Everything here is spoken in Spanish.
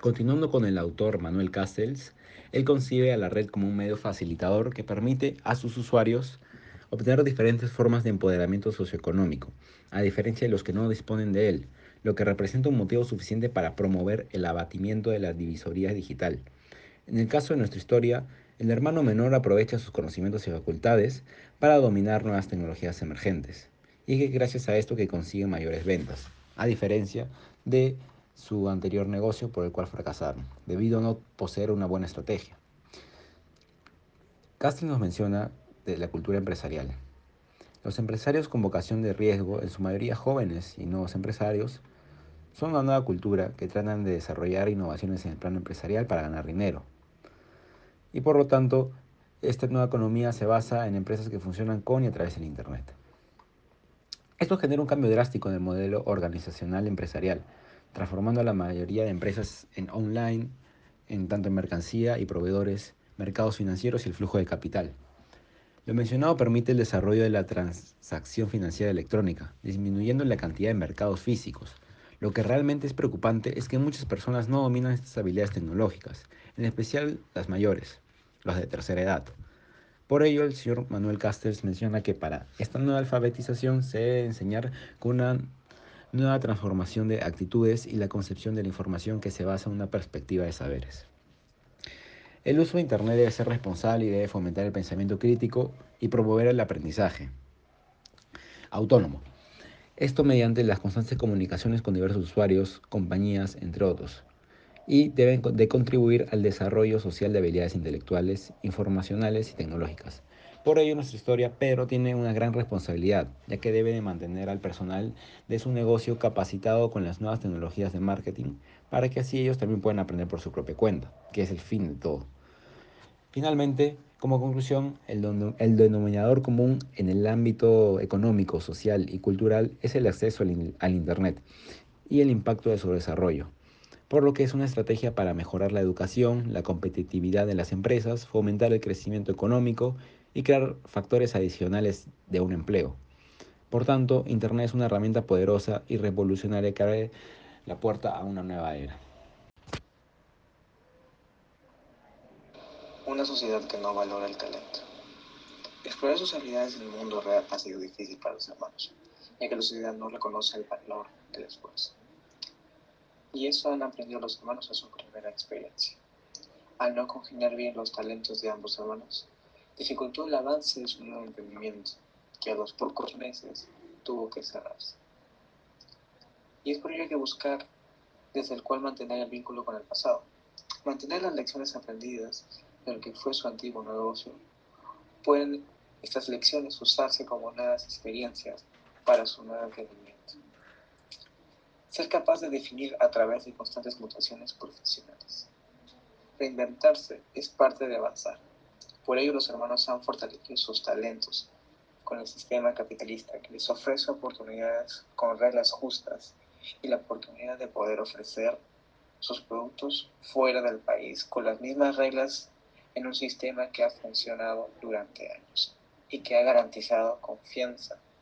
Continuando con el autor Manuel Castells, él concibe a la red como un medio facilitador que permite a sus usuarios obtener diferentes formas de empoderamiento socioeconómico, a diferencia de los que no disponen de él, lo que representa un motivo suficiente para promover el abatimiento de la divisoría digital. En el caso de nuestra historia, el hermano menor aprovecha sus conocimientos y facultades para dominar nuevas tecnologías emergentes, y es gracias a esto que consigue mayores ventas, a diferencia de su anterior negocio por el cual fracasaron, debido a no poseer una buena estrategia. Castell nos menciona de la cultura empresarial. Los empresarios con vocación de riesgo, en su mayoría jóvenes y nuevos empresarios, son una nueva cultura que tratan de desarrollar innovaciones en el plano empresarial para ganar dinero. Y por lo tanto, esta nueva economía se basa en empresas que funcionan con y a través del Internet. Esto genera un cambio drástico en el modelo organizacional empresarial, transformando a la mayoría de empresas en online, en tanto en mercancía y proveedores, mercados financieros y el flujo de capital. Lo mencionado permite el desarrollo de la transacción financiera electrónica, disminuyendo la cantidad de mercados físicos. Lo que realmente es preocupante es que muchas personas no dominan estas habilidades tecnológicas, en especial las mayores, las de tercera edad. Por ello, el señor Manuel Castells menciona que para esta nueva alfabetización se debe enseñar con una nueva transformación de actitudes y la concepción de la información que se basa en una perspectiva de saberes. El uso de Internet debe ser responsable y debe fomentar el pensamiento crítico y promover el aprendizaje autónomo. Esto mediante las constantes comunicaciones con diversos usuarios, compañías, entre otros, y deben de contribuir al desarrollo social de habilidades intelectuales, informacionales y tecnológicas. Por ello, nuestra historia, Pedro tiene una gran responsabilidad, ya que debe de mantener al personal de su negocio capacitado con las nuevas tecnologías de marketing, para que así ellos también puedan aprender por su propia cuenta, que es el fin de todo. Finalmente, como conclusión, el denominador común en el ámbito económico, social y cultural es el acceso al Internet y el impacto de su desarrollo, por lo que es una estrategia para mejorar la educación, la competitividad de las empresas, fomentar el crecimiento económico y crear factores adicionales de un empleo. Por tanto, Internet es una herramienta poderosa y revolucionaria que abre la puerta a una nueva era. Una sociedad que no valora el talento. Explorar sus habilidades en el mundo real ha sido difícil para los hermanos, ya que la sociedad no reconoce el valor del esfuerzo. Y eso han aprendido los hermanos a su primera experiencia. Al no congeniar bien los talentos de ambos hermanos, dificultó el avance de su nuevo emprendimiento, que a los pocos meses tuvo que cerrarse. Y es por ello que buscar desde el cual mantener el vínculo con el pasado, mantener las lecciones aprendidas de lo que fue su antiguo negocio. Pueden estas lecciones usarse como nuevas experiencias para su nuevo emprendimiento. Ser capaz de definir a través de constantes mutaciones profesionales. Reinventarse es parte de avanzar. Por ello los hermanos han fortalecido sus talentos con el sistema capitalista que les ofrece oportunidades con reglas justas y la oportunidad de poder ofrecer sus productos fuera del país con las mismas reglas en un sistema que ha funcionado durante años y que ha garantizado confianza